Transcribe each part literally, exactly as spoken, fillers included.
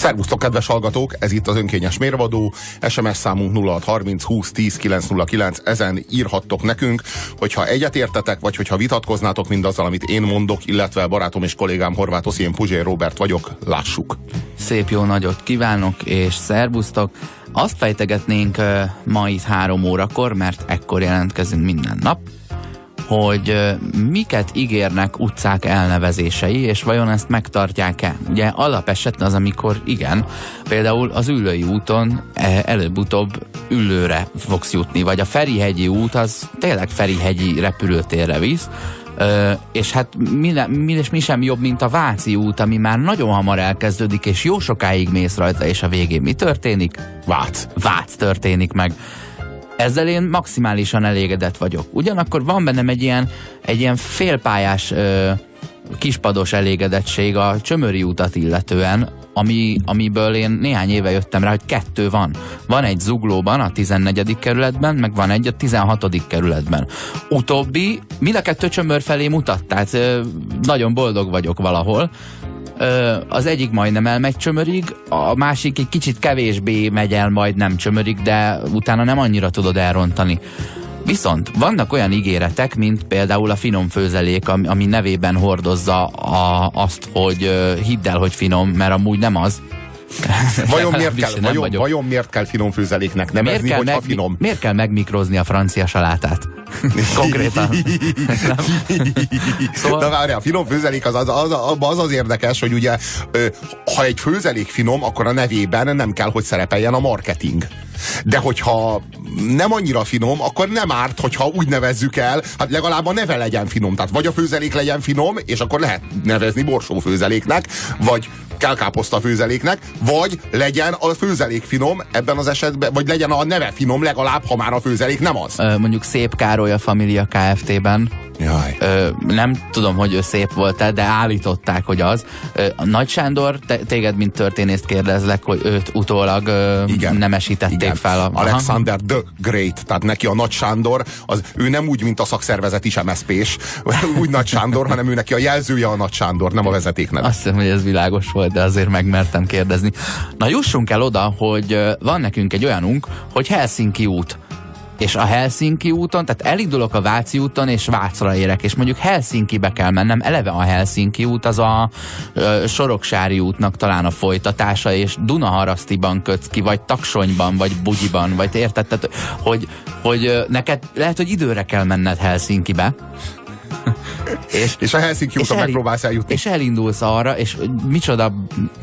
Szervusztok, kedves hallgatók, ez itt az önkényes mérvadó, es em es számunk nulla hat harminc húsz tíz kilenc nulla kilenc, ezen írhattok nekünk, hogyha egyetértetek, vagy hogyha vitatkoznátok mindazzal, amit én mondok, illetve barátom és kollégám Horváth Oszi, én Puzsér Róbert vagyok, lássuk. Szép jó nagyot kívánok, és szervusztok! Azt fejtegetnénk uh, ma itt három órakor, mert ekkor jelentkezünk minden nap, hogy uh, miket ígérnek utcák elnevezései, és vajon ezt megtartják-e? Ugye alapeset az, amikor igen, például az Üllői úton e, előbb-utóbb Üllőre fogsz jutni, vagy a Ferihegyi út az tényleg Ferihegyi repülőtérre visz, Uh, és hát mi, mi, mi sem jobb, mint a Váci út, ami már nagyon hamar elkezdődik, és jó sokáig mész rajta, és a végén mi történik? Vác. Vác történik meg. Ezzel én maximálisan elégedett vagyok. Ugyanakkor van bennem egy ilyen, egy ilyen félpályás uh, kispados elégedettség a Csömöri utat illetően, ami, amiből én néhány éve jöttem rá, hogy kettő van. Van egy Zuglóban, a tizennegyedik kerületben, meg van egy a tizenhatodik kerületben. Utóbbi mind a kettő Csömör felé mutat, tehát ö, nagyon boldog vagyok valahol. Ö, az egyik majdnem elmegy Csömörig, a másik egy kicsit kevésbé megy el majd nem Csömörig, de utána nem annyira tudod elrontani. Viszont vannak olyan ígéretek, mint például a finom főzelék, ami, ami nevében hordozza a, azt, hogy uh, hidd el, hogy finom, mert amúgy nem az. Vajon miért, kell, vajon, vajon miért kell finom főzeléknek nevezni, hogyha meg, finom? Miért kell megmikrozni a francia salátát? Konkrétan. Szóval... Na várjál, a finom főzelék az az, az, az az érdekes, hogy ugye ha egy főzelék finom, akkor a nevében nem kell, hogy szerepeljen a marketing. De hogyha nem annyira finom, akkor nem árt, hogyha úgy nevezzük el, hát legalább a neve legyen finom. Tehát vagy a főzelék legyen finom, és akkor lehet nevezni borsófőzeléknek, vagy kelkáposzta főzeléknek, vagy legyen a főzelék finom ebben az esetben, vagy legyen a neve finom legalább, ha már a főzelék nem az. Ö, mondjuk Szép Károly a Família Kft-ben. Jaj. Ö, nem tudom, hogy ő szép volt-e, de állították, hogy az. Ö, a Nagy Sándor, te, téged mint történészt kérdezlek, hogy őt utólag ö, nemesítették igen. fel. A, Alexander the Great, tehát neki a Nagy Sándor, az, ő nem úgy, mint a szakszervezet is em es zé pés, úgy Nagy Sándor, hanem ő neki a jelzője a Nagy Sándor, nem a vezetékneve. Azt hiszem, hogy ez világos volt, de azért megmertem kérdezni. Na jussunk el oda, hogy van nekünk egy olyanunk, hogy Helsinki út. És a Helsinki úton, tehát elindulok a Váci úton, és Vácra érek, és mondjuk Helsinkibe kell mennem, eleve a Helsinki út az a ö, Soroksári útnak talán a folytatása, és Dunaharasztiban kötsz ki, vagy Taksonyban, vagy Bugyiban, vagy érted, tehát, hogy, hogy ö, neked lehet, hogy időre kell menned Helsinkibe, és, és a Helsinki úton megpróbálsz eljutni. És elindulsz arra, és micsoda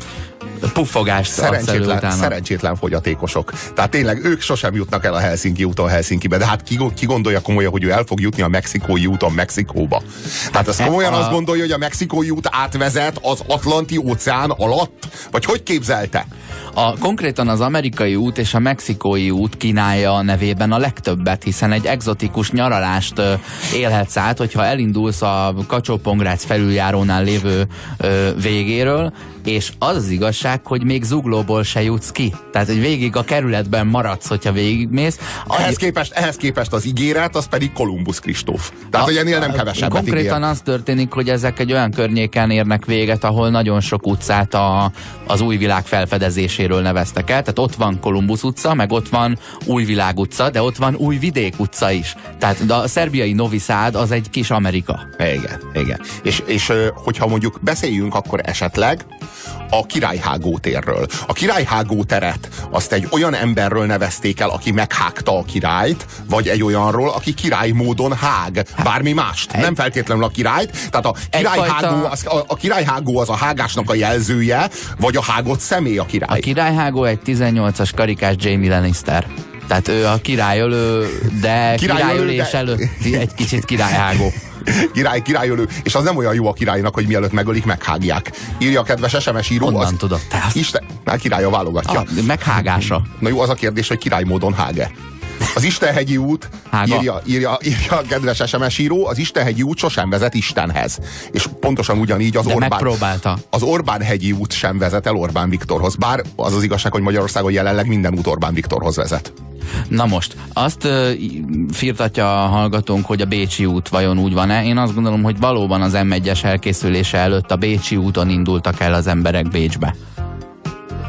puffogást szerencsétlen, szerencsétlen fogyatékosok. Tehát tényleg ők sosem jutnak el a Helsinki úton Helsinkibe, de hát ki, ki gondolja komolyan, hogy ő el fog jutni a mexikói úton Mexikóba. Tehát az komolyan azt gondolja, hogy a mexikói út átvezet az Atlanti óceán alatt? Vagy hogy képzelte? A, konkrétan az amerikai út és a mexikói út kínálja a nevében a legtöbbet, hiszen egy egzotikus nyaralást ö, élhetsz át, hogyha elindulsz a Kacsó-Pongrác felüljárónál lévő ö, végéről, és az az igazság, hogy még Zuglóból se jutsz ki. Tehát, hogy végig a kerületben maradsz, hogyha végigmész. Ehhez képest, ehhez képest az ígéret, az pedig Kolumbusz Kristóf. Tehát, a, hogy ennél nem kevesebbet konkrétan ígér. Az történik, hogy ezek egy olyan környéken érnek véget, ahol nagyon sok utcát a, az új világ felfedezéséről neveztek el. Tehát ott van Kolumbusz utca, meg ott van Újvilág utca, de ott van Újvidék utca is. Tehát a szerbiai Novi Szád az egy kis Amerika. Igen, igen. És, és hogyha mondjuk beszéljünk, akkor esetleg a Királyhágó térről. A Királyhágó teret azt egy olyan emberről nevezték el, aki meghágta a királyt, vagy egy olyanról, aki király módon hág. Bármi mást. Egy... Nem feltétlenül a királyt. Tehát a királyhágó, az, a, a királyhágó az a hágásnak a jelzője, vagy a hágott személy a király. A királyhágó egy tizennyolcas karikás Jamie Lannister. Tehát ő a királyölő, de királyölés de... előtt egy kicsit királyhágó. Király, királyölő, és az nem olyan jó a királynak, hogy mielőtt megölik, meghágják. Írja a kedves es em es író. Honnan tudod te azt? Isten, már királya válogatja. A, meghágása. Na jó, az a kérdés, hogy király módon hág-e. Az Istenhegyi út, írja, írja, írja a kedves es em es író, az Istenhegyi út sosem vezet Istenhez. És pontosan ugyanígy az de Orbán, megpróbálta. Az Orbán-hegyi út sem vezet el Orbán Viktorhoz. Bár az az igazság, hogy Magyarországon jelenleg minden út Orbán Viktorhoz vezet. Na most, azt uh, firtatja a hallgatónk, hogy a Bécsi út vajon úgy van-e. Én azt gondolom, hogy valóban az em egyes elkészülése előtt a Bécsi úton indultak el az emberek Bécsbe.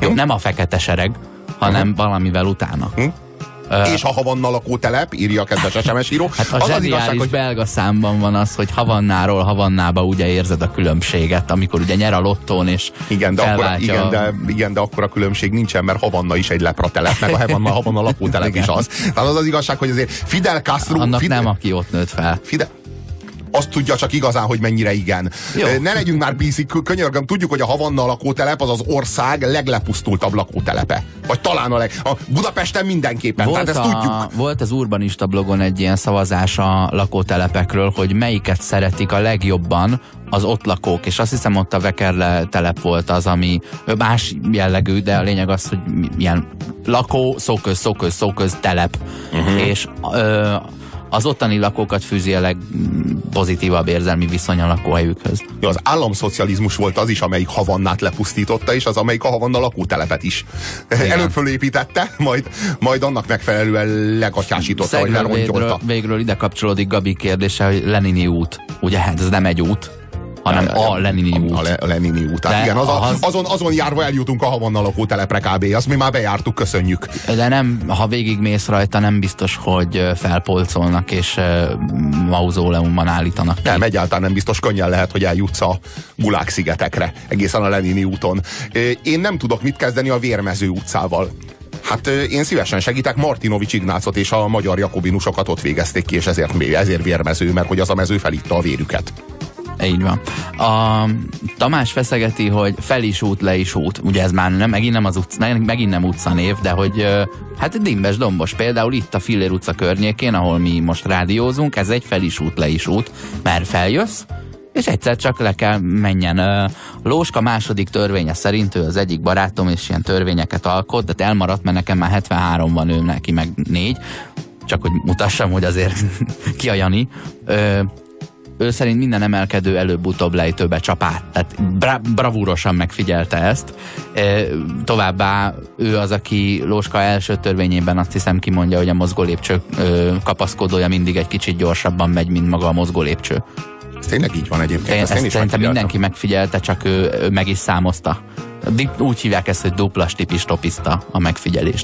Jó, nem a fekete sereg, hanem uh-huh. valamivel utána. Hm? Uh, és a Havanna lakótelep, írja a kedves es em es író. Hát a az zseniális az igazság, hogy... belga számban van az, hogy Havannáról Havannába ugye érzed a különbséget, amikor ugye nyer a lottón, és igen, de akkor, igen, de, igen, de akkor a különbség nincsen, mert Havanna is egy lepratelep, meg a Havanna, Havanna lakótelep is az. Tehát az az igazság, hogy azért Fidel Castro... Annak Fidel, nem, aki ott nőtt fel. Fidel, azt tudja csak igazán, hogy mennyire igen. Jó. Ne legyünk már bízik, könyörgöm, tudjuk, hogy a Havanna lakótelep az az ország leglepusztultabb lakótelepe. Vagy talán a leg... A Budapesten mindenképpen, volt tehát ezt a, tudjuk. Volt az Urbanista blogon egy ilyen szavazás a lakótelepekről, hogy melyiket szeretik a legjobban az ott lakók, és azt hiszem ott a Vekerle telep volt az, ami más jellegű, de a lényeg az, hogy ilyen lakó, szóköz, szóköz, szóköz telep. Uh-huh. És ö, az ottani lakókat fűzi a legpozitívabb érzelmi viszony a lakóhelyükhöz. Ja, az államszocializmus volt az is, amelyik Havannát lepusztította, és az, amelyik a Havanna lakótelepet is. Igen. Előbb fölépítette, majd, majd annak megfelelően legatyásította, vagy lerongyolta. Végről ide kapcsolódik Gabi kérdése, hogy Lenini út. Ugye, hát ez nem egy út, hanem a, a Lenini út. A, Le, a Lenini út. Hát igen, az a, azon, azon járva eljutunk a Havanna lakótelepre kb. Azt mi már bejártuk, köszönjük. De nem, ha végigmész rajta, nem biztos, hogy felpolcolnak és uh, mauzóleumban állítanak ki. Nem, egyáltalán nem biztos, könnyen lehet, hogy eljutsz a Gulák szigetekre, egészen a Lenini úton. Én nem tudok mit kezdeni a Vérmező utcával. Hát én szívesen segítek, Martinovics Ignácot és a magyar jakobinusokat ott végezték ki, és ezért, ezért Vérmező, mert hogy az a mező felitta a vérüket. Így van. A Tamás feszegeti, hogy fel is út, le is út. Ugye ez már nem, megint nem az utca, megint nem utcanév, de hogy hát dimbes, dombos. Például itt a Fillér utca környékén, ahol mi most rádiózunk, ez egy fel is út, le is út, mert feljössz, és egyszer csak le kell menjen. Lóska második törvénye szerint, ő az egyik barátom, és ilyen törvényeket alkot, de elmaradt, mert nekem már hetvenhárom van, ő neki meg négy. Csak hogy mutassam, hogy azért ki a Jani. Ö, ő szerint minden emelkedő előbb-utóbb lejtőbe csap át. Tehát bra- bravúrosan megfigyelte ezt. E, továbbá ő az, aki Lóska első törvényében azt hiszem kimondja, hogy a mozgólépcső ö, kapaszkodója mindig egy kicsit gyorsabban megy, mint maga a mozgólépcső. Ez tényleg így van egyébként. Ezt, ezt szerintem mindenki megfigyelte, csak ő, ő meg is számozta. Úgy hívják ezt, hogy dupla stipis-topizta a megfigyelést.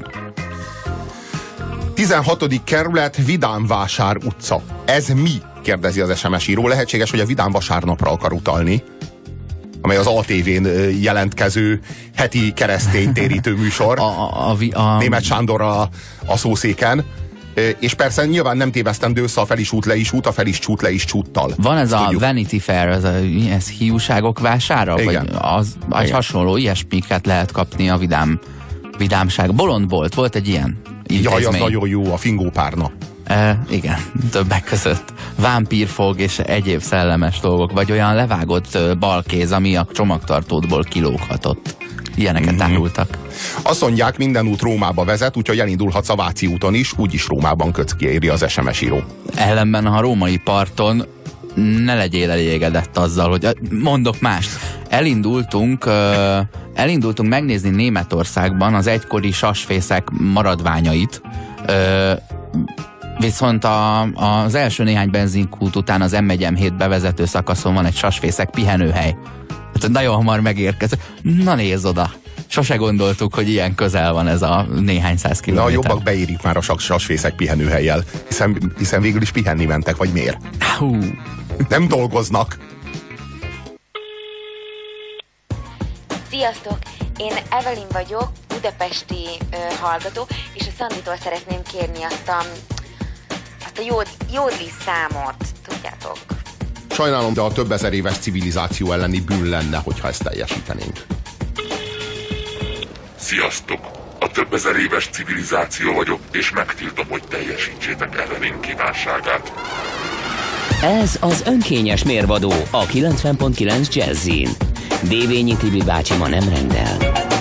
tizenhatodik kerület, Vidámvásár utca. Ez mi? Kérdezi az es em es író. Lehetséges, hogy a Vidám vasárnapra akar utalni, amely az á té vén jelentkező heti keresztény térítő műsor. A, a, a, a... Németh Sándorral a, a szószéken. És persze nyilván nem tévesztendő össze a fel is út, le is út, a fel is csút, le is csúttal. Van ez tudjuk. A Vanity Fair, ez, a, ez hiúságok vására? Igen. Vagy az, az hasonló, ilyesmiket lehet kapni a vidám, vidámság. Bolondbolt, volt egy ilyen intézmény. Jaj, az nagyon jó, a fingópárna. E, igen, többek között. Vámpírfog és egyéb szellemes dolgok, vagy olyan levágott balkéz, ami a csomagtartódból kilóghatott. Ilyeneket mm-hmm. árultak. Azt mondják, minden út Rómába vezet, úgyhogy elindulhatsz a Váci úton is, úgyis Rómában kötsz ki, írja az es em es író. Ellenben a római parton ne legyél elégedett azzal, hogy mondok mást. Elindultunk, uh, elindultunk megnézni Németországban az egykori sasfészek maradványait, uh, viszont a, az első néhány benzinkút után az em egy em hét bevezető szakaszon van egy sasfészek pihenőhely. Hát nagyon hamar megérkezett. Na nézz oda! Sose gondoltuk, hogy ilyen közel van ez a néhány száz kilométer. Na, jobbak beérik már a sasfészek pihenőhellyel, hiszen, hiszen végül is pihenni mentek, vagy miért? Hú. Nem dolgoznak. Sziasztok! Én Evelyn vagyok, budapesti ö, hallgató, és a Szanditól szeretném kérni azt a, azt a jód, jódli számot, tudjátok? Sajnálom, de a több ezer éves civilizáció elleni bűn lenne, hogyha ezt teljesítenénk. Sziasztok! A több ezer éves civilizáció vagyok, és megtiltom, hogy teljesítsétek Evelyn kívánságát. Ez az önkényes mérvadó a kilencven pont kilenc Jazzin. Dévényi Tibi bácsi ma nem rendel.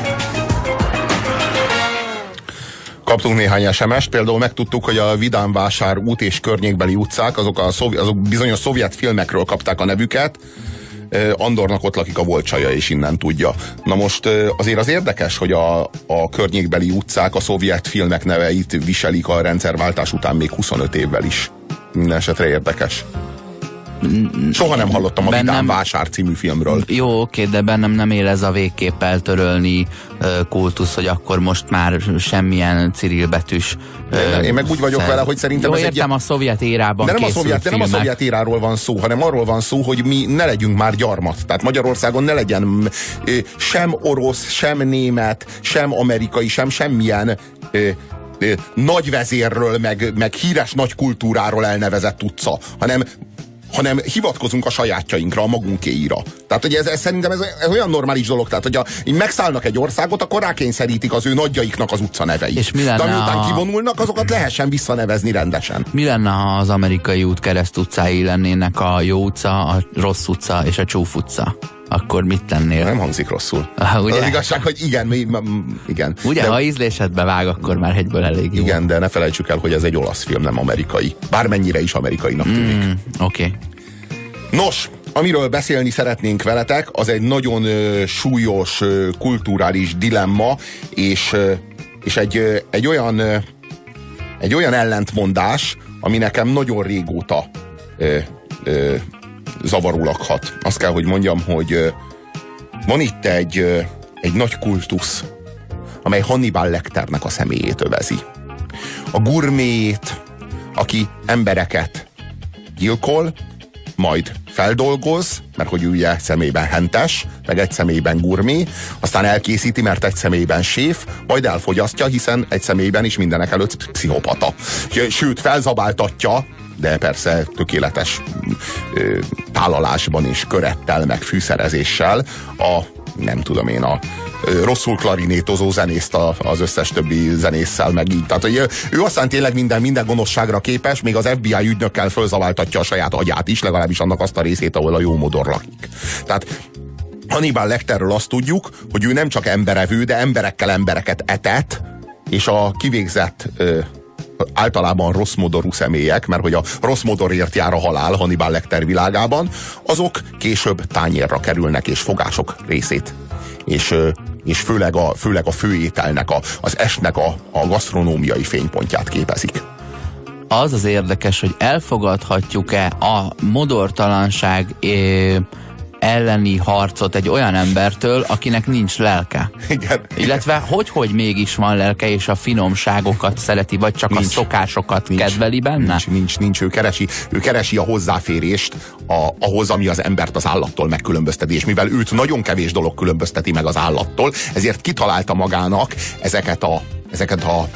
Kaptunk néhány es em est, például megtudtuk, hogy a Vidámvásár út és környékbeli utcák, azok, a szovjet, azok bizonyos szovjet filmekről kapták a nevüket. Andornak ott lakik a Volcsaja, és innen tudja. Na most azért az érdekes, hogy a, a környékbeli utcák a szovjet filmek neveit viselik a rendszerváltás után még huszonöt évvel is. Minden esetre érdekes. Soha nem hallottam a bennem, Vidám Vásár című filmről. Jó, oké, de bennem nem él ez a végképp eltörölni uh, kultusz, hogy akkor most már semmilyen cirilbetűs uh, Én meg úgy vagyok szer... vele, hogy szerintem jó, ez értem, egy... a szovjet érában de nem a készült szovjet, de nem a filmek. szovjet éráról van szó, hanem arról van szó, hogy mi ne legyünk már gyarmat. Tehát Magyarországon ne legyen sem orosz, sem német, sem amerikai, sem semmilyen ö, ö, nagy vezérről, meg, meg híres nagy kultúráról elnevezett utca, hanem hanem hivatkozunk a sajátjainkra, a magunkéira. Tehát, hogy ez, ez szerintem ez, ez olyan normális dolog, tehát, hogy a, így megszállnak egy országot, akkor rákényszerítik az ő nagyjaiknak az utca neveit. És mi lenne, de amiután a... kivonulnak, azokat lehessen visszanevezni rendesen. Mi lenne, ha az amerikai út kereszt utcái lennének a Jó utca, a Rossz utca és a Csúf utca? Akkor mit tennél? Nem hangzik rosszul. Ah, ugye? Az igazság, hogy igen, mi, igen. Ugye, de, ha ízlésedbe vág, akkor már egyből elég jó. igen, de ne felejtsük el, hogy ez egy olasz film, nem amerikai. Bármennyire is amerikainak tűnik. Mm, Oké. Okay. Nos, amiről beszélni szeretnénk veletek, az egy nagyon ö, súlyos ö, kulturális dilemma, és, ö, és egy, ö, egy, olyan, ö, egy olyan ellentmondás, ami nekem nagyon régóta ö, ö, zavarulak hat. Azt kell, hogy mondjam, hogy ö, van itt egy, ö, egy nagy kultusz, amely Hannibal Lecternek a személyét övezi. A gurmét, aki embereket gyilkol, majd feldolgoz, mert hogy ugye személyben hentes, meg egy személyben gurmé, aztán elkészíti, mert egy személyben séf, majd elfogyasztja, hiszen egy személyben is mindenek előtt pszichopata. Sőt, felzabáltatja, de persze tökéletes ö, tálalásban és körettel, meg fűszerezéssel a, nem tudom én, a ö, rosszul klarinétozó zenészt a, az összes többi zenésszel, meg így. Tehát, hogy ő aztán tényleg minden, minden gonoszságra képes, még az ef bé i ügynökkel fölzabáltatja a saját agyát is, legalábbis annak azt a részét, ahol a jó modor lakik. Tehát Hannibal Lecterről azt tudjuk, hogy ő nem csak emberevő, de emberekkel embereket etett, és a kivégzett ö, általában rossz modorú személyek, mert hogy a rossz modorért jár a halál Hannibal Lecter világában, azok később tányérra kerülnek, és fogások részét. És, és főleg, a, főleg a főételnek, a, az esnek a, a gasztronómiai fénypontját képezik. Az az érdekes, hogy elfogadhatjuk-e a modortalanság é, elleni harcot egy olyan embertől, akinek nincs lelke. Igen. Illetve hogy-hogy mégis van lelke, és a finomságokat szereti, vagy csak nincs. A szokásokat nincs. Kedveli benne? Nincs, nincs, nincs. Ő keresi, ő keresi a hozzáférést a, ahhoz, ami az embert az állattól megkülönbözteti, és mivel őt nagyon kevés dolog különbözteti meg az állattól, ezért kitalálta magának ezeket a, ezeket a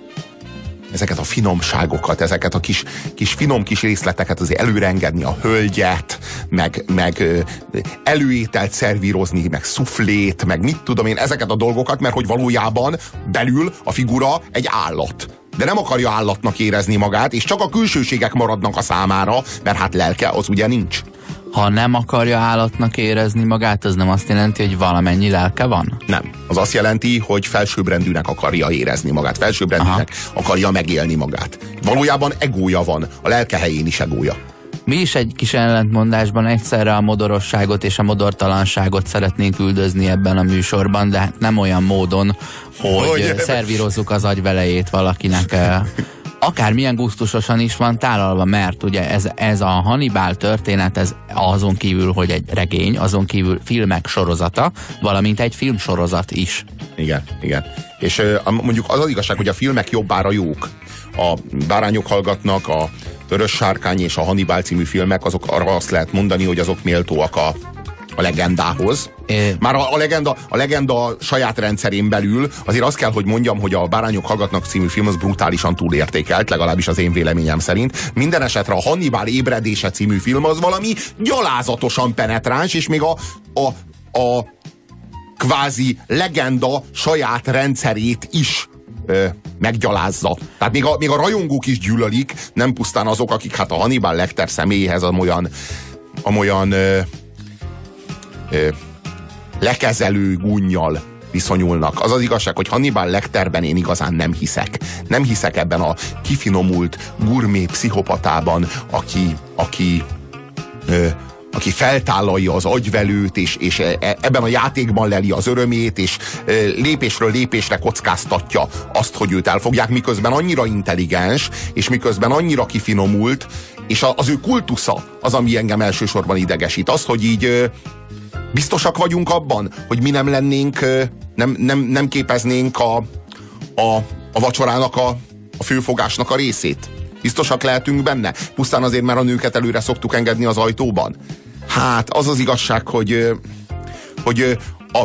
ezeket a finomságokat, ezeket a kis, kis finom kis részleteket azért előre engedni, a hölgyet, meg, meg előételt szervírozni, meg szuflét, meg mit tudom én, ezeket a dolgokat, mert hogy valójában belül a figura egy állat. De nem akarja állatnak érezni magát, és csak a külsőségek maradnak a számára, mert hát lelke az ugye nincs. Ha nem akarja állatnak érezni magát, az nem azt jelenti, hogy valamennyi lelke van? Nem. Az azt jelenti, hogy felsőbbrendűnek akarja érezni magát, felsőbbrendűnek Aha. akarja megélni magát. Valójában egója van, a lelke helyén is egója. Mi is egy kis ellentmondásban egyszerre a modorosságot és a modortalanságot szeretnénk üldözni ebben a műsorban, de hát nem olyan módon, hogy, hogy szervírozzuk az agyvelejét valakinek. Akármilyen gusztusosan is van tálalva, mert ugye ez, ez a Hannibal történet, ez azon kívül, hogy egy regény, azon kívül filmek sorozata, valamint egy filmsorozat is. Igen, igen. És mondjuk az az igazság, hogy a filmek jobbára jók. A Bárányok hallgatnak, a Vörös Sárkány és a Hannibal című filmek, azok arra azt lehet mondani, hogy azok méltóak a a legendához. É. Már a, a, legenda, a legenda saját rendszerén belül azért azt kell, hogy mondjam, hogy a Bárányok hallgatnak című film az brutálisan túlértékelt, legalábbis az én véleményem szerint. Minden esetre a Hannibal ébredése című film az valami gyalázatosan penetráns, és még a, a, a kvázi legenda saját rendszerét is ö, meggyalázza. Tehát még a, még a rajongók is gyűlölik, nem pusztán azok, akik hát a Hannibal Lecter személyéhez amolyan, amolyan ö, Ö, lekezelő gúnnyal viszonyulnak. Az az igazság, hogy Hannibal Lecterben én igazán nem hiszek. Nem hiszek ebben a kifinomult gurmé pszichopatában, aki, aki, ö, aki feltállalja az agyvelőt, és, és ebben a játékban leli az örömét, és lépésről lépésre kockáztatja azt, hogy őt elfogják, miközben annyira intelligens, és miközben annyira kifinomult, és az ő kultusza az, ami engem elsősorban idegesít. Az, hogy így biztosak vagyunk abban, hogy mi nem lennénk, nem, nem, nem képeznénk a, a, a vacsorának, a, a főfogásnak a részét. Biztosak lehetünk benne? Pusztán azért, mert a nőket előre szoktuk engedni az ajtóban? Hát, az az igazság, hogy, hogy a,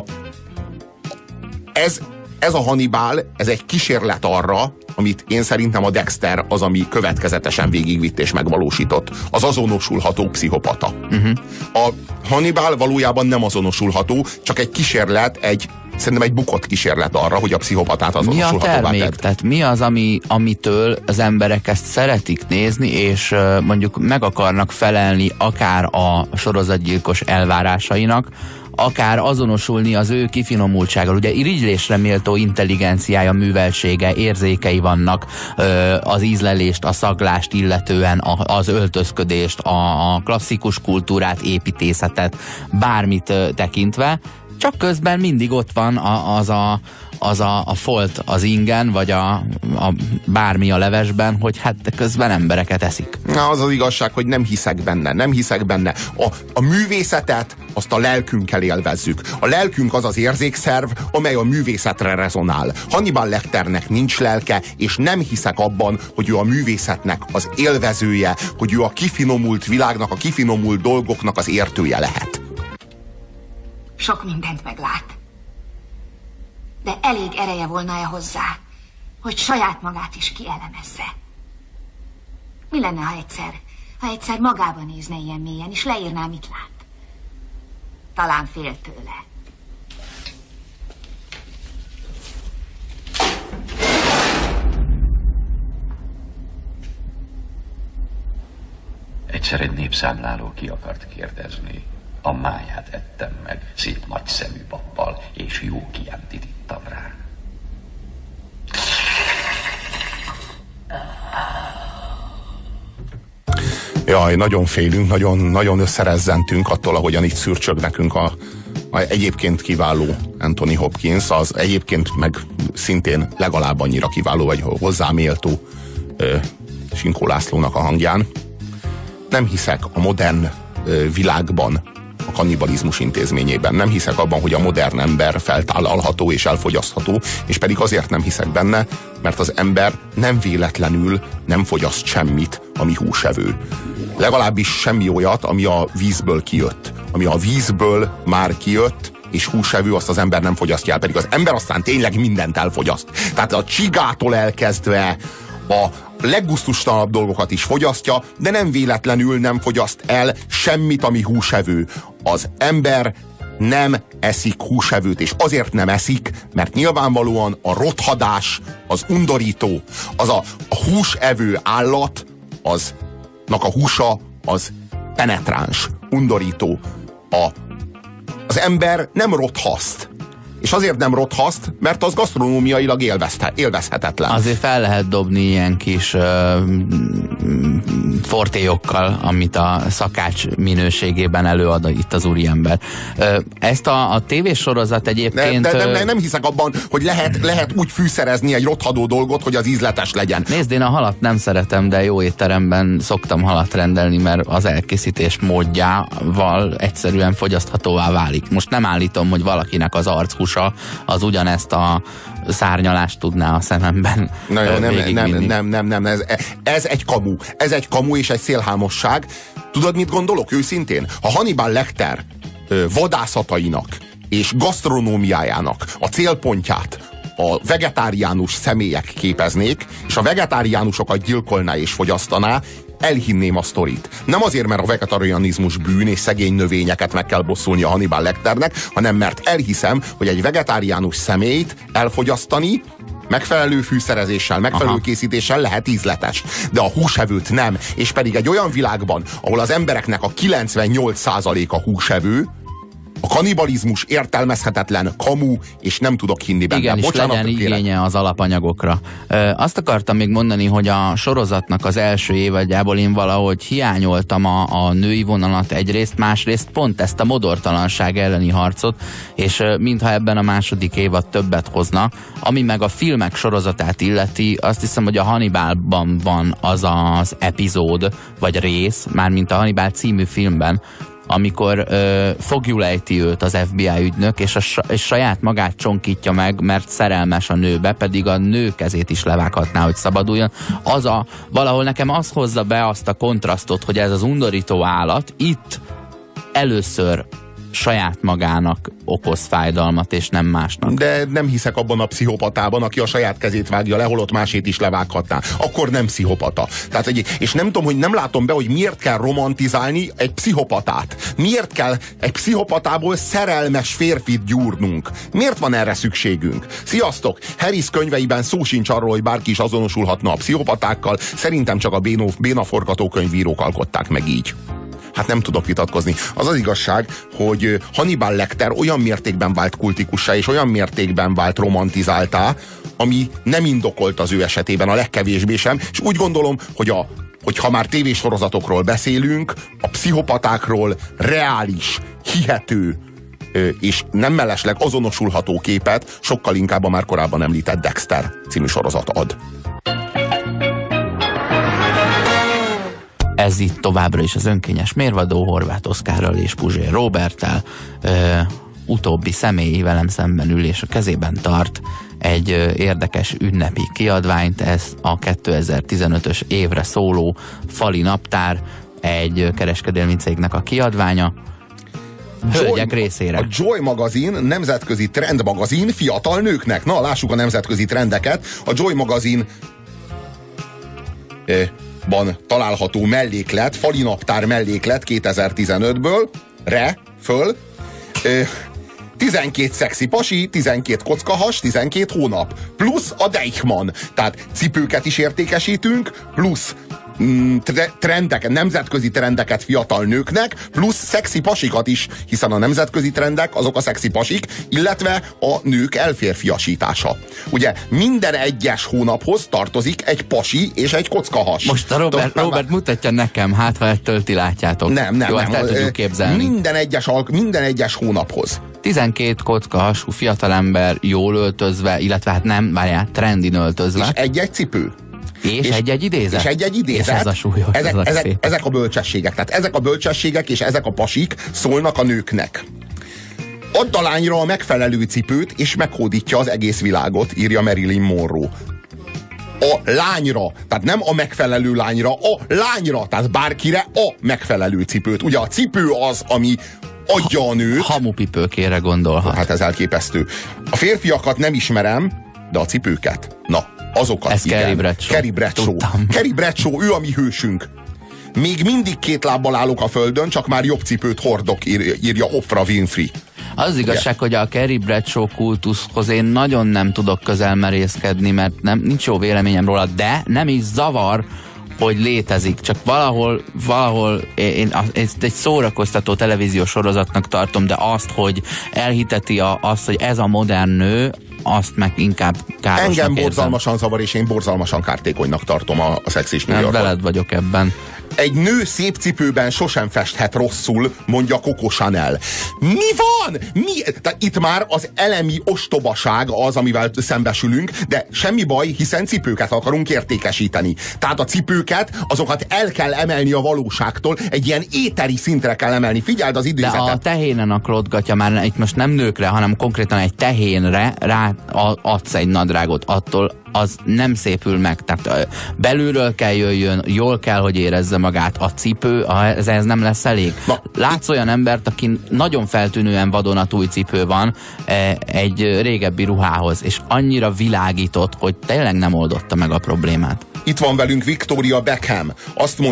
ez, ez a Hannibal, ez egy kísérlet arra, amit én szerintem a Dexter az, ami következetesen végigvitt és megvalósított. Az azonosulható pszichopata. Uh-huh. A Hannibal valójában nem azonosulható, csak egy kísérlet, egy szerintem egy bukott kísérlet arra, hogy a pszichopatát azonosulhatóvá tedd. Mi a termék? Tehát mi az, ami, amitől az emberek ezt szeretik nézni, és uh, mondjuk meg akarnak felelni akár a sorozatgyilkos elvárásainak, akár azonosulni az ő kifinomultsággal. Ugye irigylésre méltó intelligenciája, műveltsége, érzékei vannak, ö, az ízlelést, a szaglást illetően, a, az öltözködést, a, a klasszikus kultúrát, építészetet, bármit ö, tekintve, csak közben mindig ott van a, az a az a, a folt az ingen, vagy a, a bármi a levesben, hogy hát közben embereket eszik. Na, az az igazság, hogy nem hiszek benne, nem hiszek benne. A, a művészetet azt a lelkünkkel élvezzük. A lelkünk az az érzékszerv, amely a művészetre rezonál. Hannibal Lecternek nincs lelke, és nem hiszek abban, hogy ő a művészetnek az élvezője, hogy ő a kifinomult világnak, a kifinomult dolgoknak az értője lehet. Sok mindent meglát. De elég ereje volna-e hozzá, hogy saját magát is kielemezze? Mi lenne, ha egyszer, ha egyszer magába nézne ilyen mélyen, és leírná, mit lát? Talán fél tőle. Egyszer egy népszámláló ki akart kérdezni. A máját ettem meg, szép nagy szemű pappal, és jó kiántit ittam rá. Jaj, nagyon félünk, nagyon, nagyon összerezzentünk attól, ahogyan itt szürcsög nekünk a, a egyébként kiváló Anthony Hopkins, az egyébként meg szintén legalább annyira kiváló, vagy hozzáméltó ö, Sinkó Lászlónak a hangján. Nem hiszek a modern ö, világban, a kannibalizmus intézményében. Nem hiszek abban, hogy a modern ember feltállalható és elfogyasztható, és pedig azért nem hiszek benne, mert az ember nem véletlenül nem fogyaszt semmit, ami húsevő. Legalábbis semmi olyat, ami a vízből kijött. Ami a vízből már kijött, és húsevő, azt az ember nem fogyasztja el, pedig az ember aztán tényleg mindent elfogyaszt. Tehát a csigától elkezdve a leggusztustalanabb dolgokat is fogyasztja, de nem véletlenül nem fogyaszt el semmit, ami húsevő. Az ember nem eszik húsevőt, és azért nem eszik, mert nyilvánvalóan a rothadás az undorító. Az a, a húsevő állat, aznak a húsa az penetráns, undorító. A, az ember nem rothaszt. És azért nem rothaszt, mert az gasztronómiailag élvezhetetlen. Azért fel lehet dobni ilyen kis uh, fortéjokkal, amit a szakács minőségében előad itt az úriember. Uh, ezt a, a tévésorozat egyébként... De, de, de, de nem hiszek abban, hogy lehet, lehet úgy fűszerezni egy rothadó dolgot, hogy az ízletes legyen. Nézd, én a halat nem szeretem, de jó étteremben szoktam halat rendelni, mert az elkészítés módjával egyszerűen fogyaszthatóvá válik. Most nem állítom, hogy valakinek az archúsa az ugyanezt a szárnyalást tudná a szememben. Na jó, nem, nem, nem, nem, nem, ez, ez egy kamu. Ez egy kamu és egy szélhámosság. Tudod, mit gondolok őszintén? Ha Hannibal Lecter vadászatainak és gasztronómiájának a célpontját a vegetáriánus személyek képeznék, és a vegetáriánusokat gyilkolná és fogyasztaná, elhinném a sztorit. Nem azért, mert a vegetarianizmus bűn és szegény növényeket meg kell bosszulni a Hannibal Lecternek, hanem mert elhiszem, hogy egy vegetáriánus személyt elfogyasztani megfelelő fűszerezéssel, megfelelő Aha. készítéssel lehet ízletes. De a húsevőt nem. És pedig egy olyan világban, ahol az embereknek a kilencvennyolc százaléka húsevő, A kanibalizmus értelmezhetetlen, kamu, és nem tudok hinni benne. Igen, és Bocsánat, legyen kérek. igénye az alapanyagokra. Ö, azt akartam még mondani, hogy a sorozatnak az első évadjából én valahogy hiányoltam a, a női vonalat egyrészt, másrészt pont ezt a modortalanság elleni harcot, és ö, mintha ebben a második évad többet hozna. Ami meg a filmek sorozatát illeti, azt hiszem, hogy a Hannibalban van az az epizód, vagy rész, mármint a Hannibal című filmben, amikor ö, fogjul ejti őt az ef bé i ügynök, és, a, és saját magát csonkítja meg, mert szerelmes a nőbe, pedig a nő kezét is levághatná, hogy szabaduljon. Az a, valahol nekem az hozza be azt a kontrasztot, hogy ez az undorító állat itt először saját magának okoz fájdalmat, és nem másnak. De nem hiszek abban a pszichopatában, aki a saját kezét vágja le, holott másét is levághatná. Akkor nem pszichopata. Tehát egy, és nem tudom, hogy nem látom be, hogy miért kell romantizálni egy pszichopatát. Miért kell egy pszichopatából szerelmes férfit gyúrnunk? Miért van erre szükségünk? Sziasztok! Harris könyveiben szó sincs arról, hogy bárki is azonosulhatna a pszichopatákkal. Szerintem csak a béna, béna forgatókönyvírók alkották meg így. Hát nem tudok vitatkozni. Az az igazság, hogy Hannibal Lecter olyan mértékben vált kultikussá, és olyan mértékben vált romantizáltá, ami nem indokolt az ő esetében a legkevésbé sem, és úgy gondolom, hogy a hogy ha már tévésorozatokról beszélünk, a pszichopatákról reális, hihető és nem mellesleg azonosulható képet sokkal inkább a már korábban említett Dexter című sorozat ad. Ez itt továbbra is az önkényes mérvadó, Horváth Oszkárral és Puzsér Róberttel. Ö, utóbbi személyi velem szemben ül és a kezében tart egy ö, érdekes ünnepi kiadványt. Ez a kétezer-tizenötös évre szóló Fali Naptár, egy ö, kereskedelmi cégnek a kiadványa. Hölgyek Joy, részére. A Joy magazin, nemzetközi trendmagazin fiatal nőknek. Na, lássuk a nemzetközi trendeket. A Joy magazin ö, ban található melléklet, Fali Naptár melléklet kétezer-tizenötből, re, föl, ö, tizenkét szexi pasi, tizenkét kockahas, tizenkét hónap, plusz a Deichmann. Tehát cipőket is értékesítünk, plusz trendeket, nemzetközi trendeket fiatal nőknek, plusz szexi pasikat is, hiszen a nemzetközi trendek azok a szexi pasik, illetve a nők elférfiasítása. Ugye minden egyes hónaphoz tartozik egy pasi és egy kockahas. Most a Robert, Tudom, Robert mutatja nekem, hát ha ettől ti látjátok. Nem, nem, Jó, nem. ezt el tudjuk képzelni. Minden egyes, minden egyes hónaphoz. tizenkét kockahasú fiatalember jól öltözve, illetve hát nem, várjál, trendin öltözve. És egy-egy cipő. És egy-egy idézet? És egy-egy idézet. És ez a súlyos, ezek, ez a ezek, ezek a bölcsességek. Tehát ezek a bölcsességek és ezek a pasik szólnak a nőknek. Add a lányra a megfelelő cipőt, és meghódítja az egész világot, írja Marilyn Monroe. A lányra, tehát nem a megfelelő lányra, a lányra, tehát bárkire a megfelelő cipőt. Ugye a cipő az, ami adja a nőt. Hamupipőkére gondolhat. Hát ez elképesztő. A férfiakat nem ismerem, de a cipőket, na, azokat ez igen. Carrie Bradshaw. Carrie Bradshaw. Carrie Bradshaw, ő a mi hősünk. Még mindig két lábbal állok a földön, csak már jobb cipőt hordok, ír, írja Oprah Winfrey. Az igazság, hogy a Carrie Bradshaw kultuszhoz én nagyon nem tudok közel merészkedni, mert nem, nincs jó véleményem róla, de nem is zavar, hogy létezik, csak valahol, valahol én ezt egy szórakoztató televíziós sorozatnak tartom, de azt, hogy elhiteti a, azt, hogy ez a modern nő, azt meg inkább károsnak Engem érzem. borzalmasan zavar, és én borzalmasan kártékonynak tartom a, a szexis New Yorkot. Veled vagyok ebben. Egy nő szép cipőben sosem festhet rosszul, mondja Coco Chanel. Mi van? Mi? Tehát itt már az elemi ostobaság az, amivel szembesülünk, de semmi baj, hiszen cipőket akarunk értékesíteni. Tehát a cipőket, azokat el kell emelni a valóságtól, egy ilyen éteri szintre kell emelni. Figyeld az idézetet. De a tehénen a klotgatja már itt most nem nőkre, hanem konkrétan egy tehénre rá adsz egy nadrágot, attól az nem szépül meg. Tehát belülről kell jöjjön, jól kell, hogy érezze magát. A cipő, ez, ez nem lesz elég. Na, látsz olyan embert, aki nagyon feltűnően vadonatúj cipő van egy régebbi ruhához, és annyira világított, hogy tényleg nem oldotta meg a problémát. Itt van velünk Victoria Beckham. Azt mondja,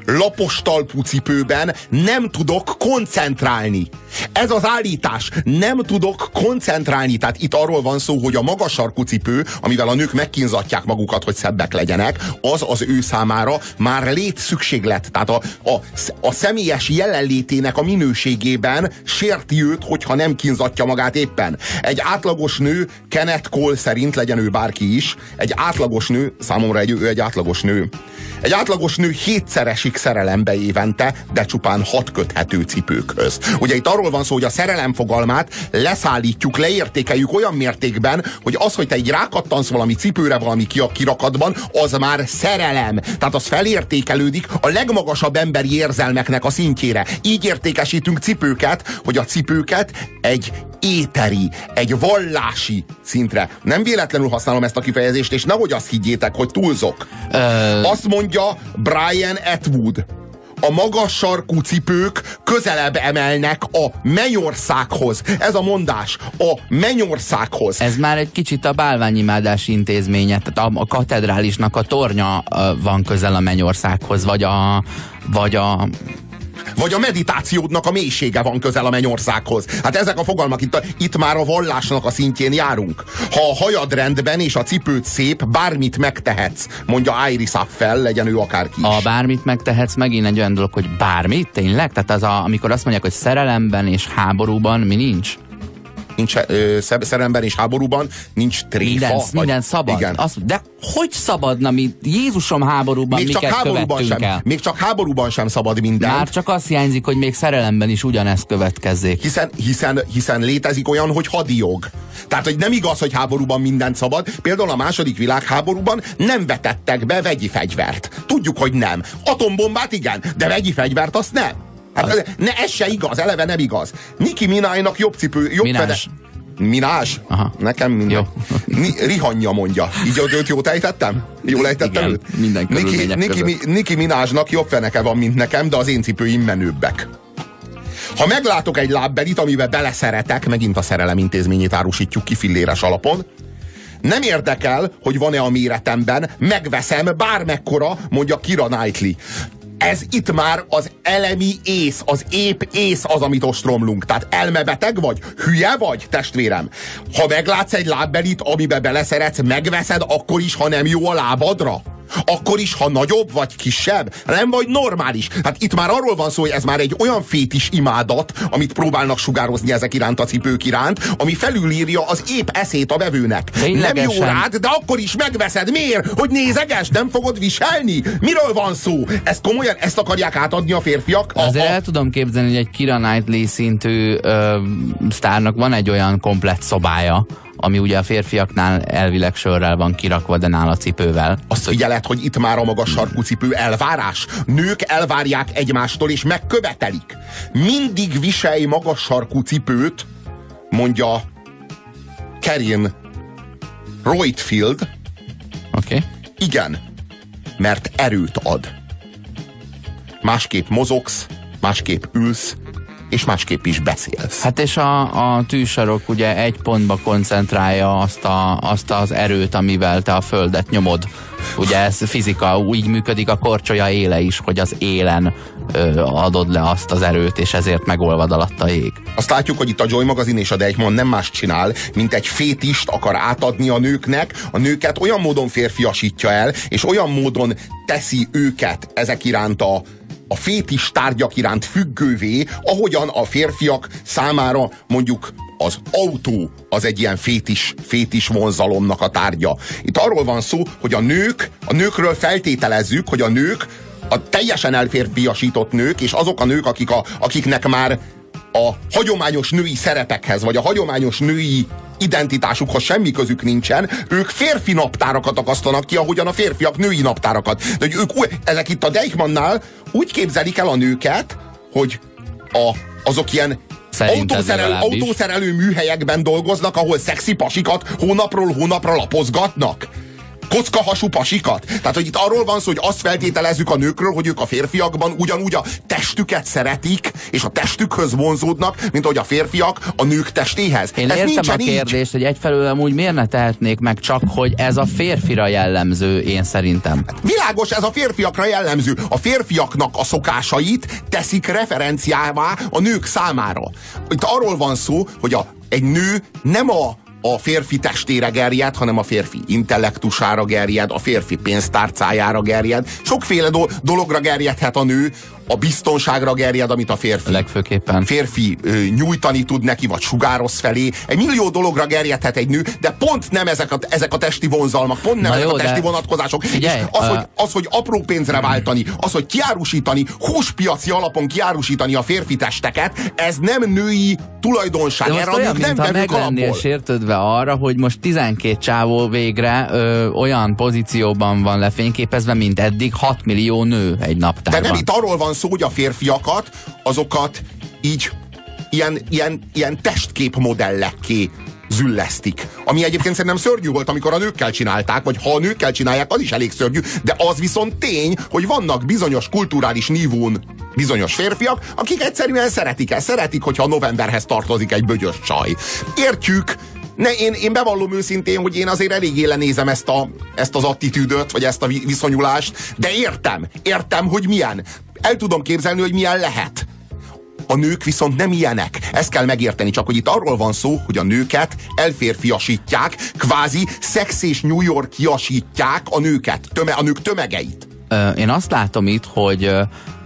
lapos talpú cipőben nem tudok koncentrálni. Ez az állítás, nem tudok koncentrálni. Tehát itt arról van szó, hogy a magas sarkú cipő, amivel a nők megkínzatják magukat, hogy szebbek legyenek, az az ő számára már létszükséglet. Tehát a, a, a személyes jelenlétének a minőségében sérti őt, hogyha nem kínzatja magát éppen. Egy átlagos nő, Kenneth Cole szerint, legyen ő bárki is, egy átlagos nő, számomra egy, ő egy átlagos nő, egy átlagos nő hétszer esik szerelembe évente, de csupán hat köthető cipőkhöz. Ugye itt arról van szó, hogy a szerelem fogalmát leszállítjuk, leértékeljük olyan mértékben, hogy az, hogy te egy rákattansz valami cipőre, valami kirakatban, az már szerelem. Tehát az felértékelődik a legmagasabb emberi érzelmeknek a szintjére. Így értékesítünk cipőket, hogy a cipőket egy éteri, egy vallási szintre. Nem véletlenül használom ezt a kifejezést, és nehogy azt higgyétek, hogy túlzok. Ö... Azt mondja Brian Atwood, a magas sarkú cipők közelebb emelnek a mennyországhoz. Ez a mondás, a mennyországhoz. Ez már egy kicsit a bálványimádási intézménye, tehát a, a katedrálisnak a tornya van közel a mennyországhoz, vagy a... Vagy a Vagy a meditációdnak a mélysége van közel a mennyországhoz. Hát ezek a fogalmak, itt, itt már a vallásnak a szintjén járunk. Ha a hajad rendben és a cipőd szép, bármit megtehetsz, mondja Iris Apfel, legyen ő akárki is. A bármit megtehetsz megint egy olyan dolog, hogy bármit? Tényleg? Tehát az a, amikor azt mondják, hogy szerelemben és háborúban mi nincs? Nincs ö, szerelemben és háborúban, nincs tréfa. Minden, vagy, minden szabad. Igen. Azt, de hogy szabadna, mi Jézusom háborúban még miket csak háborúban követtünk sem, el? Még csak háborúban sem szabad minden. Már csak azt hiányzik, hogy még szerelemben is ugyanezt következzék. Hiszen, hiszen, hiszen létezik olyan, hogy hadijog. Tehát, hogy nem igaz, hogy háborúban mindent szabad. Például a második világháborúban nem vetettek be vegyi fegyvert. Tudjuk, hogy nem. Atombombát igen, de vegyi fegyvert azt nem. Hát ez, ne, ez se igaz, eleve nem igaz. Nicki Minajnak jobb cipő, jobb fede... Minás? Aha. Nekem minden. Rihanya mondja. Így őt jót ejtettem? Jól ejtettem igen, őt? minden körülmények Nicki, Nicki, Nicki Minásnak jobb feneke van, mint nekem, de az én cipőim menőbbek. Ha meglátok egy lábbelit, amiben beleszeretek, megint a szerelem intézményét árusítjuk ki filléres alapon, nem érdekel, hogy van-e a méretemben, megveszem bármekkora, mondja Keira Knightley. Ez itt már az elemi ész, az épp ész az, amit ostromlunk. Tehát elmebeteg vagy, hülye vagy, testvérem. Ha meglátsz egy lábbelit, amibe beleszeretsz, megveszed, akkor is, ha nem jó a lábadra. Akkor is, ha nagyobb vagy kisebb, nem vagy normális. Hát itt már arról van szó, hogy ez már egy olyan fétis imádat, amit próbálnak sugározni ezek iránt, a cipők iránt, ami felülírja az épp eszét a vevőnek. Nem jó rád, de akkor is megveszed. Miért? Hogy nézeges, nem fogod viselni? Miről van szó? Ezt komolyan, ezt akarják átadni a férfiak? A, Azért a... el tudom képzelni, hogy egy Keira Knightley szintű ö, sztárnak van egy olyan komplett szobája, ami ugye a férfiaknál elvileg sörrel van kirakva, de nála cipővel. Azt figyeled, hogy itt már a magas sarkú cipő elvárás. Nők elvárják egymástól, és megkövetelik. Mindig viselj magas sarkú cipőt, mondja Karin Roitfield. Oké. Okay. Igen, mert erőt ad. Másképp mozogsz, másképp ülsz, és másképp is beszélsz. Hát és a, a tűsarok ugye egy pontba koncentrálja azt, a, azt az erőt, amivel te a földet nyomod. Ugye ez fizika, úgy működik a korcsolya éle is, hogy az élen ö, adod le azt az erőt, és ezért megolvad alatt a jég. Azt látjuk, hogy itt a Joy magazin és a Deichmann nem más csinál, mint egy fétist akar átadni a nőknek, a nőket olyan módon férfiasítja el, és olyan módon teszi őket ezek iránt a a fétis tárgyak iránt függővé, ahogyan a férfiak számára mondjuk az autó az egy ilyen fétis, fétis vonzalomnak a tárgya. Itt arról van szó, hogy a nők, a nőkről feltételezzük, hogy a nők, a teljesen elférfiasított nők, és azok a nők, akik a, akiknek már a hagyományos női szerepekhez, vagy a hagyományos női identitásukhoz semmi közük nincsen, ők férfi naptárakat akasztanak ki, ahogyan a férfiak női naptárakat. De hogy ők, ezek itt a Deichmannnál úgy képzelik el a nőket, hogy a, azok ilyen autószerelő, autószerelő műhelyekben dolgoznak, ahol szexi pasikat hónapról hónapra lapozgatnak. Kockahasú pasikat? Tehát, hogy itt arról van szó, hogy azt feltételezzük a nőkről, hogy ők a férfiakban ugyanúgy a testüket szeretik, és a testükhöz vonzódnak, mint ahogy a férfiak a nők testéhez. Én Ez értem a kérdést, így. hogy egyfelől amúgy miért ne tehetnék meg, csak hogy ez a férfira jellemző, én szerintem. Világos, ez a férfiakra jellemző. A férfiaknak a szokásait teszik referenciává a nők számára. Itt arról van szó, hogy a, egy nő nem a a férfi testére gerjed, hanem a férfi intellektusára gerjed, a férfi pénztárcájára gerjed. Sokféle do- dologra gerjedhet a nő, a biztonságra gerjed, amit a férfi. Legfőképpen. Férfi ö, nyújtani tud neki, vagy sugároz felé. Egy millió dologra gerjedhet egy nő, de pont nem ezek a, ezek a testi vonzalmak, pont nem Na ezek jó, a testi vonatkozások. Figyelj, és az, uh... hogy, az, hogy apró pénzre váltani, az, hogy kiárusítani, húspiaci alapon kiárusítani a férfi testeket, ez nem női tulajdonság. De erre olyan, a nők nem mintha vevők meglennél alapból. sértődve arra, hogy most tizenkét csávó végre ö, olyan pozícióban van lefényképezve, mint eddig hat millió nő egy naptárban. De nem, itt arról van szó, hogy a férfiakat, azokat így ilyen, ilyen, ilyen testkép modellekké züllesztik. Ami egyébként szerintem szörnyű volt, amikor a nőkkel csinálták, vagy ha a nőkkel csinálják, az is elég szörnyű, de az viszont tény, hogy vannak bizonyos kulturális nívón bizonyos férfiak, akik egyszerűen szeretik el, szeretik, hogyha a novemberhez tartozik egy bögyös csaj. Értjük, ne, én, én bevallom őszintén, hogy én azért eléggé lenézem ezt, a, ezt az attitűdöt, vagy ezt a viszonyulást, de értem, értem, hogy milyen. El tudom képzelni, hogy milyen lehet. A nők viszont nem ilyenek. Ezt kell megérteni, csak hogy itt arról van szó, hogy a nőket elférfiasítják, kvázi szex és New York-iasítják a nőket, töme, a nők tömegeit. Ö, én azt látom itt, hogy ö,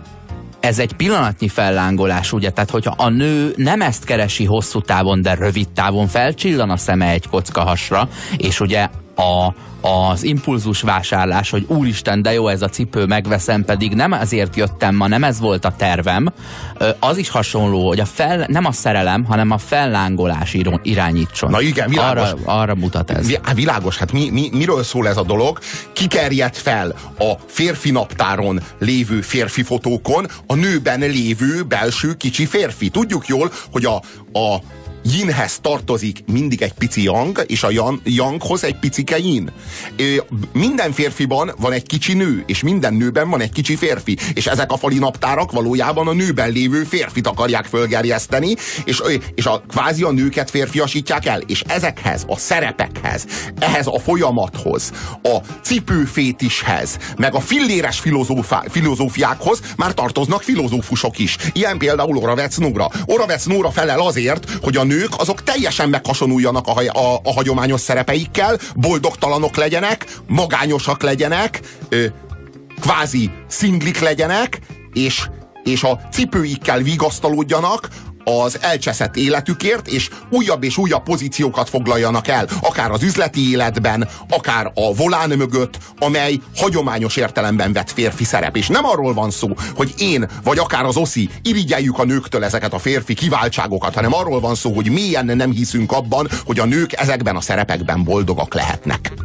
ez egy pillanatnyi fellángolás, ugye? Tehát, hogyha a nő nem ezt keresi hosszú távon, de rövid távon felcsillan a szeme egy kockahasra, és ugye a, az impulzus vásárlás, hogy úristen, de jó ez a cipő, megveszem, pedig nem ezért jöttem ma, nem ez volt a tervem, az is hasonló, hogy a fel, nem a szerelem, hanem a fellángolás irányítson. Na igen, világos. Arra, arra mutat ez. Világos, hát mi, mi, miről szól ez a dolog? Kikerjed fel a férfi naptáron lévő férfi fotókon a nőben lévő belső kicsi férfi. Tudjuk jól, hogy a, a yinhez tartozik mindig egy pici yang, és a yanghoz egy picike yin. Minden férfiban van egy kicsi nő, és minden nőben van egy kicsi férfi. És ezek a fali naptárak valójában a nőben lévő férfit akarják fölgerjeszteni, és, és a, kvázi a nőket férfiasítják el. És ezekhez, a szerepekhez, ehhez a folyamathoz, a cipőfétishez, meg a filléres filozófá, filozófiákhoz már tartoznak filozófusok is. Ilyen például Oravec Nóra. Oravec Nóra felel azért, hogy a nők azok teljesen meghasonuljanak a, a, a hagyományos szerepeikkel, boldogtalanok legyenek, magányosak legyenek, ö, kvázi szinglik legyenek, és, és a cipőikkel vigasztalódjanak az elcseszett életükért, és újabb és újabb pozíciókat foglaljanak el, akár az üzleti életben, akár a volán mögött, amely hagyományos értelemben vett férfi szerep. És nem arról van szó, hogy én, vagy akár az Oszi irigyeljük a nőktől ezeket a férfi kiváltságokat, hanem arról van szó, hogy mélyen nem hiszünk abban, hogy a nők ezekben a szerepekben boldogak lehetnek.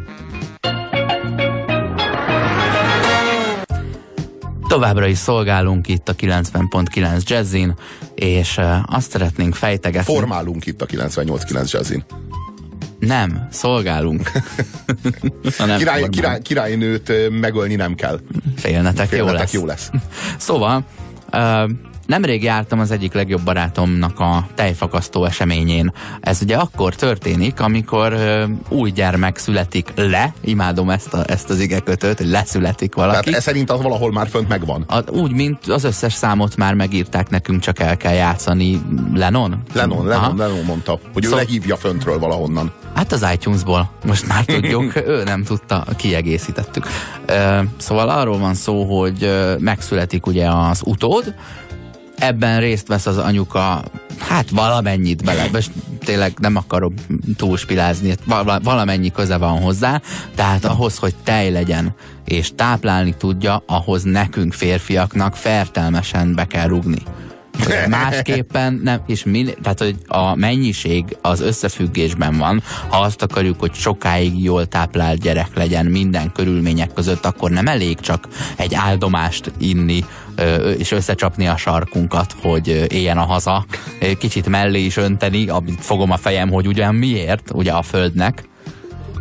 Továbbra is szolgálunk itt a kilencven pont kilenc Jazzin, és uh, azt szeretnénk fejtegetni. Formálunk itt a kilencvennyolc kilenc Jazzin. Nem, szolgálunk. nem király, király, királynőt megölni nem kell. Félnetek, Félnetek jó lesz. Jó lesz. Szóval, uh, nemrég jártam az egyik legjobb barátomnak a tejfakasztó eseményén. Ez ugye akkor történik, amikor uh, új gyermek születik le, imádom ezt, a, ezt az igekötőt, hogy leszületik valaki. Tehát ez szerint az valahol már fönt megvan. A, úgy, mint az összes számot már megírták nekünk, csak el kell játszani. Lennon? Lennon, Lennon, Lennon mondta, hogy Szó... ő lehívja föntről valahonnan. Hát az iTunesból, most már tudjuk, ő nem tudta, kiegészítettük. Uh, szóval arról van szó, hogy uh, megszületik ugye az utód, ebben részt vesz az anyuka, hát valamennyit bele, és tényleg nem akarok túlspilázni, val- valamennyi köze van hozzá, tehát ahhoz, hogy tej legyen, és táplálni tudja, ahhoz nekünk férfiaknak fertelmesen be kell rugni. Másképpen nem, és min, tehát hogy a mennyiség az összefüggésben van. Ha azt akarjuk, hogy sokáig jól táplált gyerek legyen minden körülmények között, akkor nem elég csak egy áldomást inni és összecsapni a sarkunkat, hogy éljen a haza, kicsit mellé is önteni, amit fogom a fejem, hogy ugyan miért, ugye a földnek,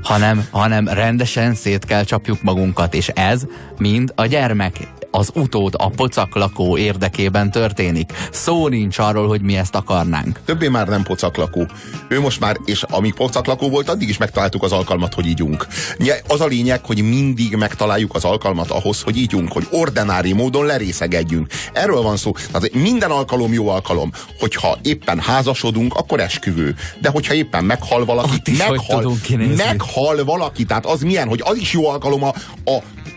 hanem, hanem rendesen szét kell csapjuk magunkat, és ez mind a gyermek, az utód, a pocaklakó érdekében történik. Szó nincs arról, hogy mi ezt akarnánk. Többé már nem pocaklakó. Ő most már, és amíg pocaklakó volt, addig is megtaláltuk az alkalmat, hogy ígyunk. Az a lényeg, hogy mindig megtaláljuk az alkalmat ahhoz, hogy ígyunk, hogy ordinári módon lerészegedjünk. Erről van szó. Tehát minden alkalom jó alkalom. Hogyha éppen házasodunk, akkor esküvő. De hogyha éppen meghal valaki, meghal, meghal valaki, tehát az milyen, hogy az is jó alkalom a, a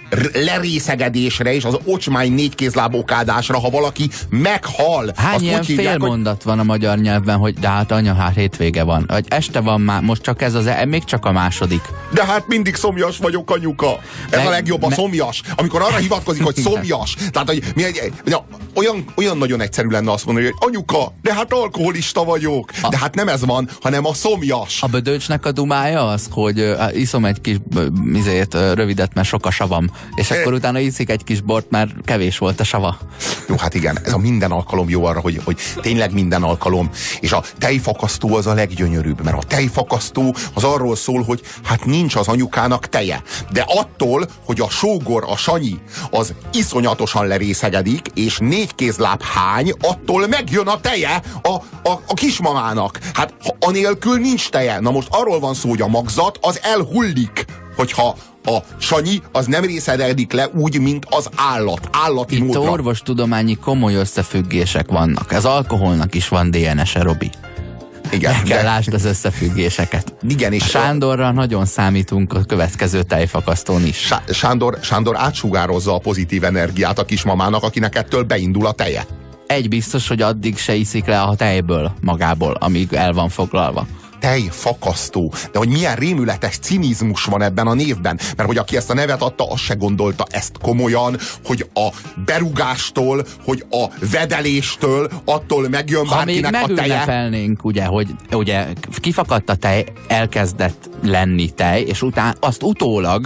lerészegedésre és az ocsmány négykézláb okádásra, ha valaki meghal. Hány azt ilyen félmondat hogy... van a magyar nyelvben, hogy de hát anya, hát hétvége van. Vagy este van már, most csak ez az, e, még csak a második. De hát mindig szomjas vagyok, anyuka. Ez me, a legjobb, a me... szomjas. Amikor arra hivatkozik, hogy szomjas. Tehát, hogy mi egy, olyan, olyan nagyon egyszerű lenne azt mondani, hogy anyuka, de hát alkoholista vagyok. A... De hát nem ez van, hanem a szomjas. A Bödöcsnek a dumája az, hogy uh, iszom egy kis uh, mizét, uh, rövidet, mert sok a savam. És akkor utána iszik egy kis bort, mert kevés volt a sava. Jó, hát igen, ez a minden alkalom jó arra, hogy, hogy tényleg minden alkalom. És a tejfakasztó az a leggyönyörűbb, mert a tejfakasztó az arról szól, hogy hát nincs az anyukának teje. De attól, hogy a sógor, a Sanyi, az iszonyatosan lerészegedik, és négy kézláb hány, attól megjön a teje a, a, a kismamának. Hát anélkül nincs teje. Na most arról van szó, hogy a magzat az elhullik, hogyha a Sanyi az nem részedik le úgy, mint az állat. Állati Itt módra. orvostudományi komoly összefüggések vannak. Ez alkoholnak is van dé en es-e, Robi. Igen. Meg kell lásd az összefüggéseket. Igen, és a Sándorra a... nagyon számítunk a következő tejfakasztón is. Sá- Sándor, Sándor átsugározza a pozitív energiát a kismamának, akinek ettől beindul a teje. Egy biztos, hogy addig se iszik le a tejből magából, amíg el van foglalva. Tejfakasztó. De hogy milyen rémületes cinizmus van ebben a névben. Mert hogy aki ezt a nevet adta, azt se gondolta ezt komolyan, hogy a berugástól, hogy a vedeléstől, attól megjön ha bárkinek a teje. Ha még megünnepelnénk, ugye, hogy ugye kifakadt a tej, elkezdett lenni tej, és utána azt utólag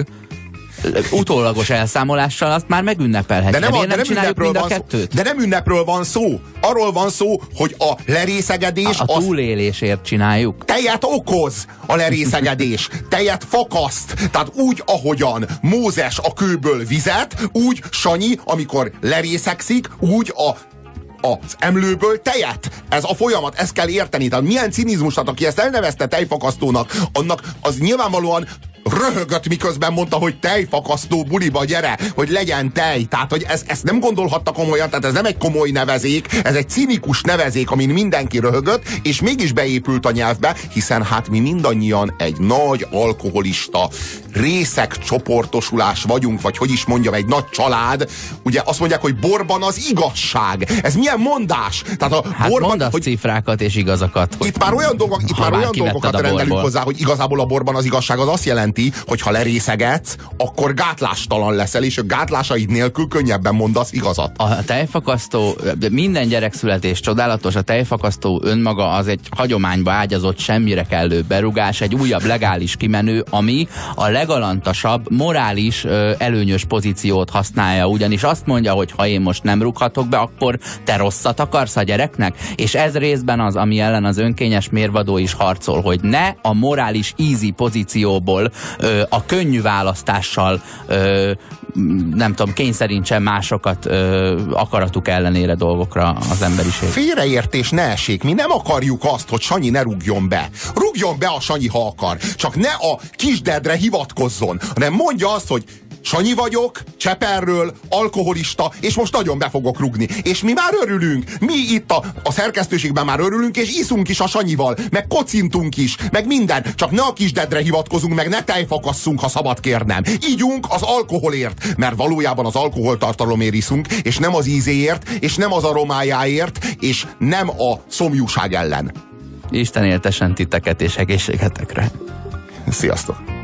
utólagos elszámolással azt már megünnepelhetjük. De nem, nem, de nem csináljuk mind a kettőt? De nem ünnepről van szó. Arról van szó, hogy a lerészegedés... A, a túlélésért csináljuk. Tejet okoz a lerészegedés. Tejet fakaszt. Tehát úgy, ahogyan Mózes a kőből vizet, úgy Sanyi, amikor lerészegszik, úgy a az emlőből tejet. Ez a folyamat, ezt kell érteni. Tehát milyen cinizmus, tehát aki ezt elnevezte tejfakasztónak, annak az nyilvánvalóan röhögött, miközben mondta, hogy tejfakasztó buliba gyere, hogy legyen tej. Tehát, hogy ezt, ezt nem gondolhatta komolyan, tehát ez nem egy komoly nevezék, ez egy cinikus nevezék, amin mindenki röhögött, és mégis beépült a nyelvbe, hiszen hát mi mindannyian egy nagy alkoholista részek csoportosulás vagyunk, vagy hogy is mondjam, egy nagy család. Ugye azt mondják, hogy borban az igazság. Ez milyen mondás? Tehát a hát borban, mondasz hogy cifrákat és igazakat. Itt már olyan, dolgok, itt már olyan dolgokat rendelünk hozzá, hogy igazából a borban az igazság az azt jelenti, hogy ha lerészegetsz, akkor gátlástalan leszel, és a gátlásaid nélkül könnyebben mondasz igazat. A tejfakasztó, minden gyerekszületés csodálatos, a tejfakasztó önmaga az egy hagyományba ágyazott, semmire kellő berugás, egy újabb legális kimenő, ami a legalantasabb, morális ö, előnyös pozíciót használja, ugyanis azt mondja, hogy ha én most nem rúghatok be, akkor te rosszat akarsz a gyereknek, és ez részben az, ami ellen az önkényes mérvadó is harcol, hogy ne a morális easy pozícióból ö, a könnyű választással ö, nem tudom, kényszerintsen másokat ö, akaratuk ellenére dolgokra az emberiség. Félreértés ne essék, mi nem akarjuk azt, hogy Sanyi ne rúgjon be. Rúgjon be a Sanyi, ha akar. Csak ne a kisdedre hivatkozzon, hanem mondja azt, hogy Sanyi vagyok, Cseperről, alkoholista, és most nagyon be fogok rugni. És mi már örülünk. Mi itt a, a szerkesztőségben már örülünk, és iszunk is a Sanyival, meg kocintunk is, meg minden. Csak ne a kisdedre hivatkozunk, meg ne tejfakasszunk, ha szabad kérnem. Ígyunk az alkoholért, mert valójában az alkoholtartalomért iszunk, és nem az ízéért, és nem az aromájáért, és nem a szomjúság ellen. Isten éltessen titeket és egészségetekre. Sziasztok!